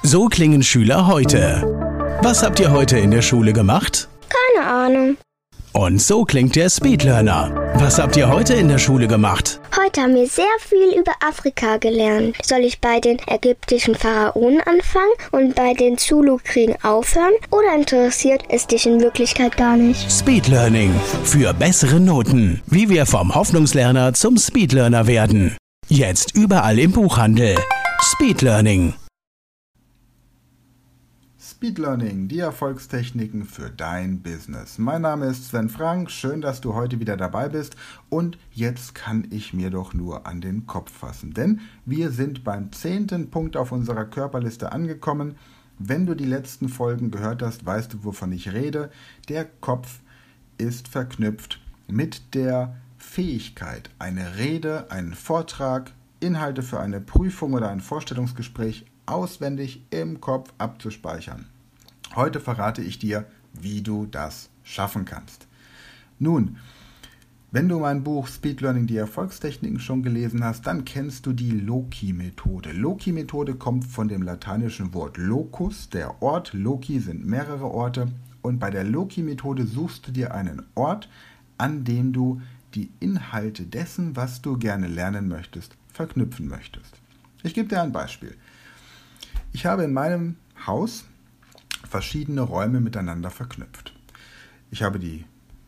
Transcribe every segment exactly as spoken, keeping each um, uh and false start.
So klingen Schüler heute. Was habt ihr heute in der Schule gemacht? Keine Ahnung. Und so klingt der Speedlearner. Was habt ihr heute in der Schule gemacht? Heute haben wir sehr viel über Afrika gelernt. Soll ich bei den ägyptischen Pharaonen anfangen und bei den Zulu-Kriegen aufhören? Oder interessiert es dich in Wirklichkeit gar nicht? Speedlearning. Für bessere Noten. Wie wir vom Hoffnungslerner zum Speedlearner werden. Jetzt überall im Buchhandel. Speedlearning. Speedlearning, die Erfolgstechniken für dein Business. Mein Name ist Sven Frank, schön, dass du heute wieder dabei bist und jetzt kann ich mir doch nur an den Kopf fassen, denn wir sind beim zehnten Punkt auf unserer Körperliste angekommen. Wenn du die letzten Folgen gehört hast, weißt du, wovon ich rede. Der Kopf ist verknüpft mit der Fähigkeit, eine Rede, einen Vortrag, Inhalte für eine Prüfung oder ein Vorstellungsgespräch auswendig im Kopf abzuspeichern. Heute verrate ich dir, wie du das schaffen kannst. Nun, wenn du mein Buch Speedlearning, die Erfolgstechniken schon gelesen hast, dann kennst du die Loci-Methode. Loci-Methode kommt von dem lateinischen Wort locus, der Ort. Loci sind mehrere Orte und bei der Loci-Methode suchst du dir einen Ort, an dem du die Inhalte dessen, was du gerne lernen möchtest, verknüpfen möchtest. Ich gebe dir ein Beispiel. Ich habe in meinem Haus verschiedene Räume miteinander verknüpft. Ich habe die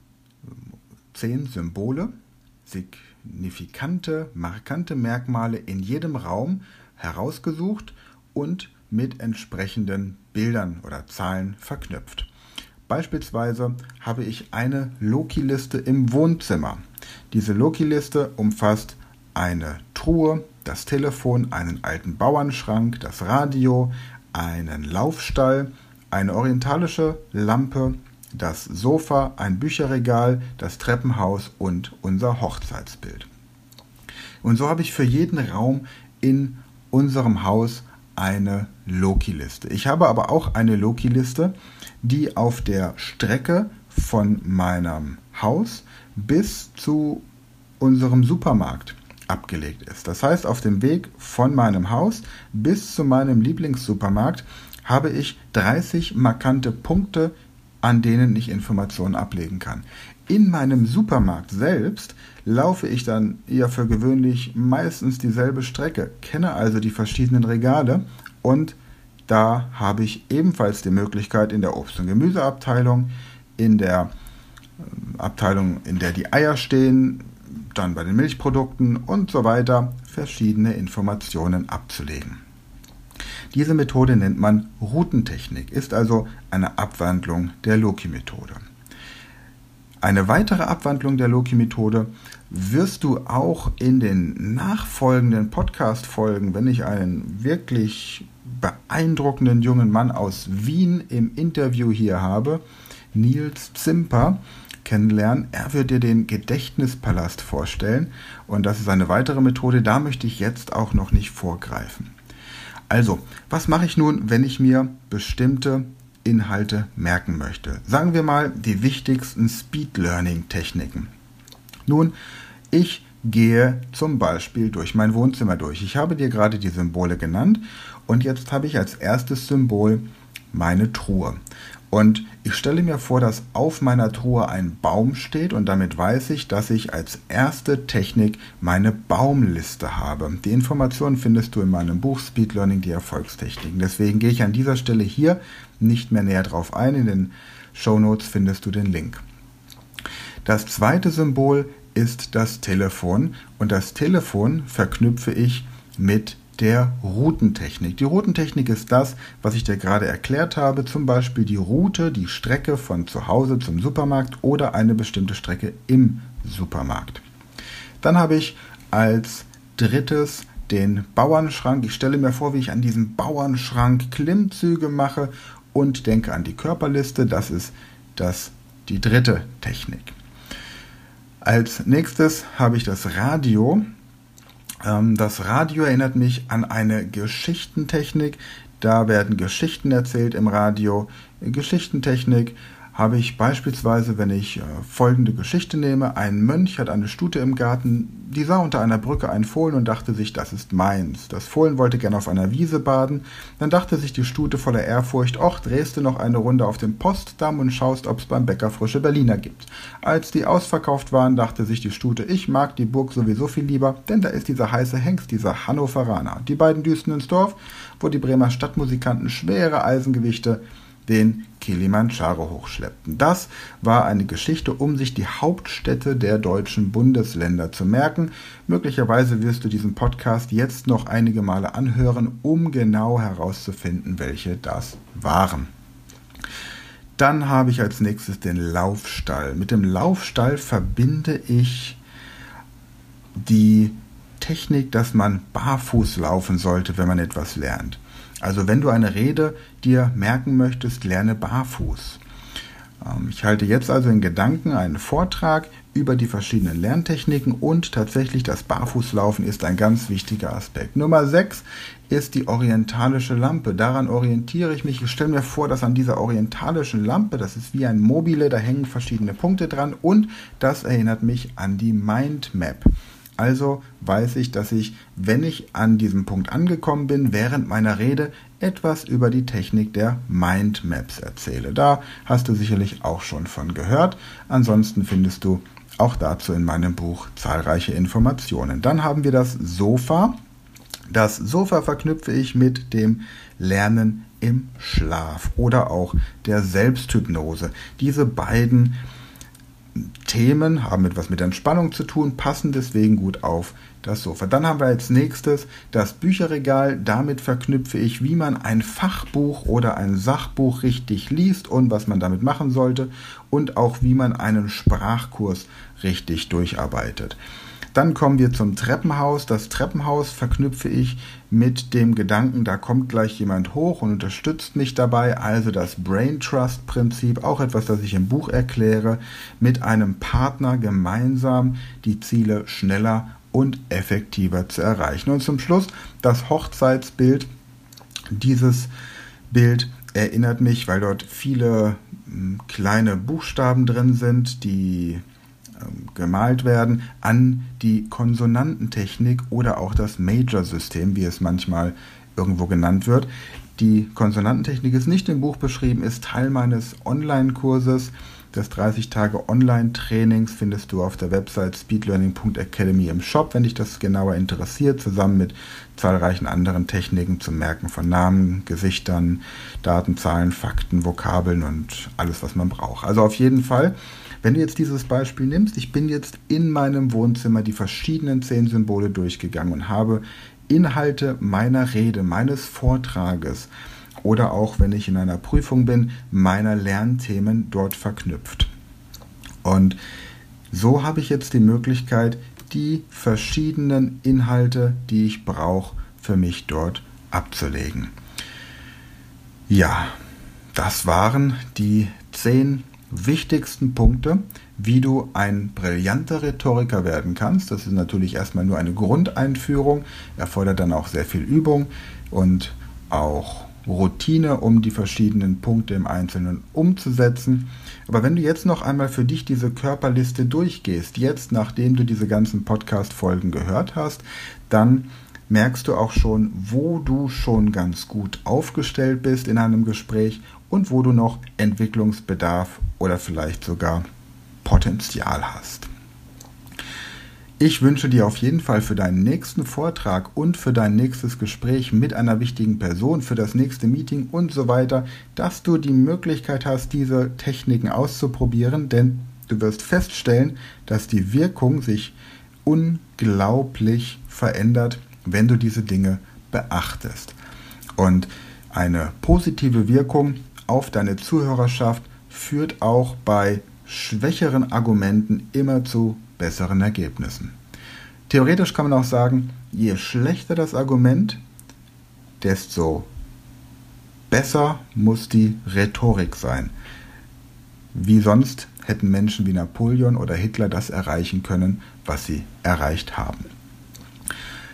zehn Symbole, signifikante, markante Merkmale in jedem Raum herausgesucht und mit entsprechenden Bildern oder Zahlen verknüpft. Beispielsweise habe ich eine Loci-Liste im Wohnzimmer. Diese Loci-Liste umfasst eine Truhe, das Telefon, einen alten Bauernschrank, das Radio, einen Laufstall, eine orientalische Lampe, das Sofa, ein Bücherregal, das Treppenhaus und unser Hochzeitsbild. Und so habe ich für jeden Raum in unserem Haus eine Loci-Liste. Ich habe aber auch eine Loci-Liste, die auf der Strecke von meinem Haus bis zu unserem Supermarkt abgelegt ist. Das heißt, auf dem Weg von meinem Haus bis zu meinem Lieblingssupermarkt habe ich dreißig markante Punkte, an denen ich Informationen ablegen kann. In meinem Supermarkt selbst laufe ich dann eher für gewöhnlich meistens dieselbe Strecke, kenne also die verschiedenen Regale und da habe ich ebenfalls die Möglichkeit in der Obst- und Gemüseabteilung, in der Abteilung, in der die Eier stehen, dann bei den Milchprodukten und so weiter verschiedene Informationen abzulegen. Diese Methode nennt man Routentechnik, ist also eine Abwandlung der Loci-Methode. Eine weitere Abwandlung der Loci-Methode wirst du auch in den nachfolgenden Podcast-Folgen, wenn ich einen wirklich beeindruckenden jungen Mann aus Wien im Interview hier habe, Nils Zimper, kennenlernen. Er wird dir den Gedächtnispalast vorstellen und das ist eine weitere Methode, da möchte ich jetzt auch noch nicht vorgreifen. Also, was mache ich nun, wenn ich mir bestimmte Inhalte merken möchte? Sagen wir mal die wichtigsten Speed-Learning-Techniken. Nun, ich gehe zum Beispiel durch mein Wohnzimmer durch. Ich habe dir gerade die Symbole genannt und jetzt habe ich als erstes Symbol meine Truhe. Und ich stelle mir vor, dass auf meiner Truhe ein Baum steht und damit weiß ich, dass ich als erste Technik meine Baumliste habe. Die Informationen findest du in meinem Buch Speedlearning, die Erfolgstechniken. Deswegen gehe ich an dieser Stelle hier nicht mehr näher drauf ein. In den Shownotes findest du den Link. Das zweite Symbol ist das Telefon und das Telefon verknüpfe ich mit der Routentechnik. Die Routentechnik ist das, was ich dir gerade erklärt habe, zum Beispiel die Route, die Strecke von zu Hause zum Supermarkt oder eine bestimmte Strecke im Supermarkt. Dann habe ich als drittes den Bauernschrank. Ich stelle mir vor, wie ich an diesem Bauernschrank Klimmzüge mache und denke an die Körperliste. Das ist das, die dritte Technik. Als nächstes habe ich das Radio. Das Radio erinnert mich an eine Geschichtentechnik. Da werden Geschichten erzählt im Radio. Geschichtentechnik habe ich beispielsweise, wenn ich äh, folgende Geschichte nehme: Ein Mönch hat eine Stute im Garten, die sah unter einer Brücke ein Fohlen und dachte sich, das ist meins. Das Fohlen wollte gern auf einer Wiese baden, dann dachte sich die Stute voller Ehrfurcht, och, drehst du noch eine Runde auf dem Postdamm und schaust, ob's beim Bäcker frische Berliner gibt. Als die ausverkauft waren, dachte sich die Stute, ich mag die Burg sowieso viel lieber, denn da ist dieser heiße Hengst, dieser Hannoveraner. Die beiden düsten ins Dorf, wo die Bremer Stadtmusikanten schwere Eisengewichte den Kilimandscharo hochschleppten. Das war eine Geschichte, um sich die Hauptstädte der deutschen Bundesländer zu merken. Möglicherweise wirst du diesen Podcast jetzt noch einige Male anhören, um genau herauszufinden, welche das waren. Dann habe ich als nächstes den Laufstall. Mit dem Laufstall verbinde ich die Technik, dass man barfuß laufen sollte, wenn man etwas lernt. Also wenn du eine Rede dir merken möchtest, lerne barfuß. Ich halte jetzt also in Gedanken einen Vortrag über die verschiedenen Lerntechniken und tatsächlich das Barfußlaufen ist ein ganz wichtiger Aspekt. Nummer sechs ist die orientalische Lampe. Daran orientiere ich mich. Ich stelle mir vor, dass an dieser orientalischen Lampe, das ist wie ein Mobile, da hängen verschiedene Punkte dran und das erinnert mich an die Mindmap. Also weiß ich, dass ich, wenn ich an diesem Punkt angekommen bin, während meiner Rede etwas über die Technik der Mindmaps erzähle. Da hast du sicherlich auch schon von gehört. Ansonsten findest du auch dazu in meinem Buch zahlreiche Informationen. Dann haben wir das Sofa. Das Sofa verknüpfe ich mit dem Lernen im Schlaf oder auch der Selbsthypnose. Diese beiden Themen haben etwas mit Entspannung zu tun, passen deswegen gut auf das Sofa. Dann haben wir als nächstes das Bücherregal. Damit verknüpfe ich, wie man ein Fachbuch oder ein Sachbuch richtig liest und was man damit machen sollte und auch wie man einen Sprachkurs richtig durcharbeitet. Dann kommen wir zum Treppenhaus. Das Treppenhaus verknüpfe ich mit dem Gedanken, da kommt gleich jemand hoch und unterstützt mich dabei. Also das Brain Trust Prinzip, auch etwas, das ich im Buch erkläre, mit einem Partner gemeinsam die Ziele schneller und effektiver zu erreichen. Und zum Schluss das Hochzeitsbild. Dieses Bild erinnert mich, weil dort viele kleine Buchstaben drin sind, die gemalt werden, an die Konsonantentechnik oder auch das Major-System, wie es manchmal irgendwo genannt wird. Die Konsonantentechnik ist nicht im Buch beschrieben, ist Teil meines Online-Kurses. Das dreißig Tage Online-Trainings findest du auf der Website speedlearning punkt academy im Shop, wenn dich das genauer interessiert, zusammen mit zahlreichen anderen Techniken zum Merken von Namen, Gesichtern, Daten, Zahlen, Fakten, Vokabeln und alles, was man braucht. Also auf jeden Fall, wenn du jetzt dieses Beispiel nimmst, ich bin jetzt in meinem Wohnzimmer die verschiedenen zehn Symbole durchgegangen und habe Inhalte meiner Rede, meines Vortrages oder auch, wenn ich in einer Prüfung bin, meiner Lernthemen dort verknüpft. Und so habe ich jetzt die Möglichkeit, die verschiedenen Inhalte, die ich brauche, für mich dort abzulegen. Ja, das waren die zehn wichtigsten Punkte, wie du ein brillanter Rhetoriker werden kannst. Das ist natürlich erstmal nur eine Grundeinführung, erfordert dann auch sehr viel Übung und auch Routine, um die verschiedenen Punkte im Einzelnen umzusetzen. Aber wenn du jetzt noch einmal für dich diese Körperliste durchgehst, jetzt nachdem du diese ganzen Podcast-Folgen gehört hast, dann merkst du auch schon, wo du schon ganz gut aufgestellt bist in einem Gespräch und wo du noch Entwicklungsbedarf oder vielleicht sogar Potenzial hast. Ich wünsche dir auf jeden Fall für deinen nächsten Vortrag und für dein nächstes Gespräch mit einer wichtigen Person, für das nächste Meeting und so weiter, dass du die Möglichkeit hast, diese Techniken auszuprobieren, denn du wirst feststellen, dass die Wirkung sich unglaublich verändert, wenn du diese Dinge beachtest. Und eine positive Wirkung auf deine Zuhörerschaft führt auch bei schwächeren Argumenten immer zu besseren Ergebnissen. Theoretisch kann man auch sagen, je schlechter das Argument, desto besser muss die Rhetorik sein. Wie sonst hätten Menschen wie Napoleon oder Hitler das erreichen können, was sie erreicht haben.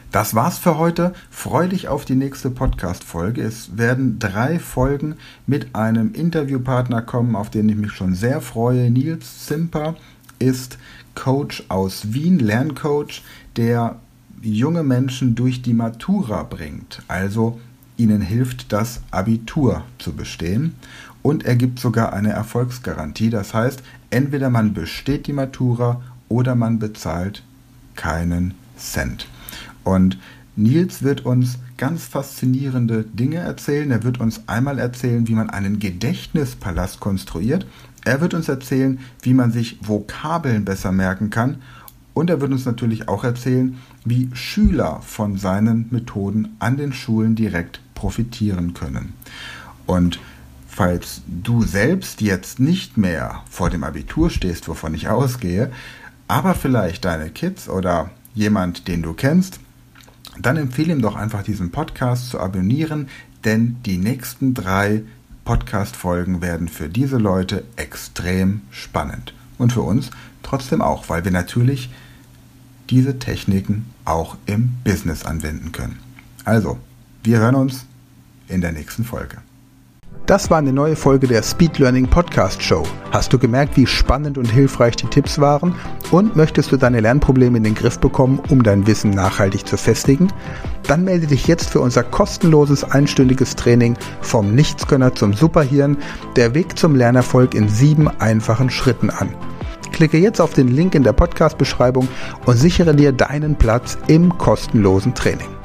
Das war's für heute. Freu dich auf die nächste Podcast-Folge. Es werden drei Folgen mit einem Interviewpartner kommen, auf den ich mich schon sehr freue. Nils Zimper ist Coach aus Wien, Lerncoach, der junge Menschen durch die Matura bringt, also ihnen hilft, das Abitur zu bestehen. Und er gibt sogar eine Erfolgsgarantie. Das heißt, entweder man besteht die Matura oder man bezahlt keinen Cent. Und Nils wird uns ganz faszinierende Dinge erzählen. Er wird uns einmal erzählen, wie man einen Gedächtnispalast konstruiert. Er wird uns erzählen, wie man sich Vokabeln besser merken kann. Und er wird uns natürlich auch erzählen, wie Schüler von seinen Methoden an den Schulen direkt profitieren können. Und falls du selbst jetzt nicht mehr vor dem Abitur stehst, wovon ich ausgehe, aber vielleicht deine Kids oder jemand, den du kennst, dann empfehle ihm doch einfach diesen Podcast zu abonnieren, denn die nächsten drei Podcast-Folgen werden für diese Leute extrem spannend. Und für uns trotzdem auch, weil wir natürlich diese Techniken auch im Business anwenden können. Also, wir hören uns in der nächsten Folge. Das war eine neue Folge der Speed Learning Podcast Show. Hast du gemerkt, wie spannend und hilfreich die Tipps waren? Und möchtest du deine Lernprobleme in den Griff bekommen, um dein Wissen nachhaltig zu festigen? Dann melde dich jetzt für unser kostenloses einstündiges Training vom Nichtskönner zum Superhirn, der Weg zum Lernerfolg in sieben einfachen Schritten an. Klicke jetzt auf den Link in der Podcast-Beschreibung und sichere dir deinen Platz im kostenlosen Training.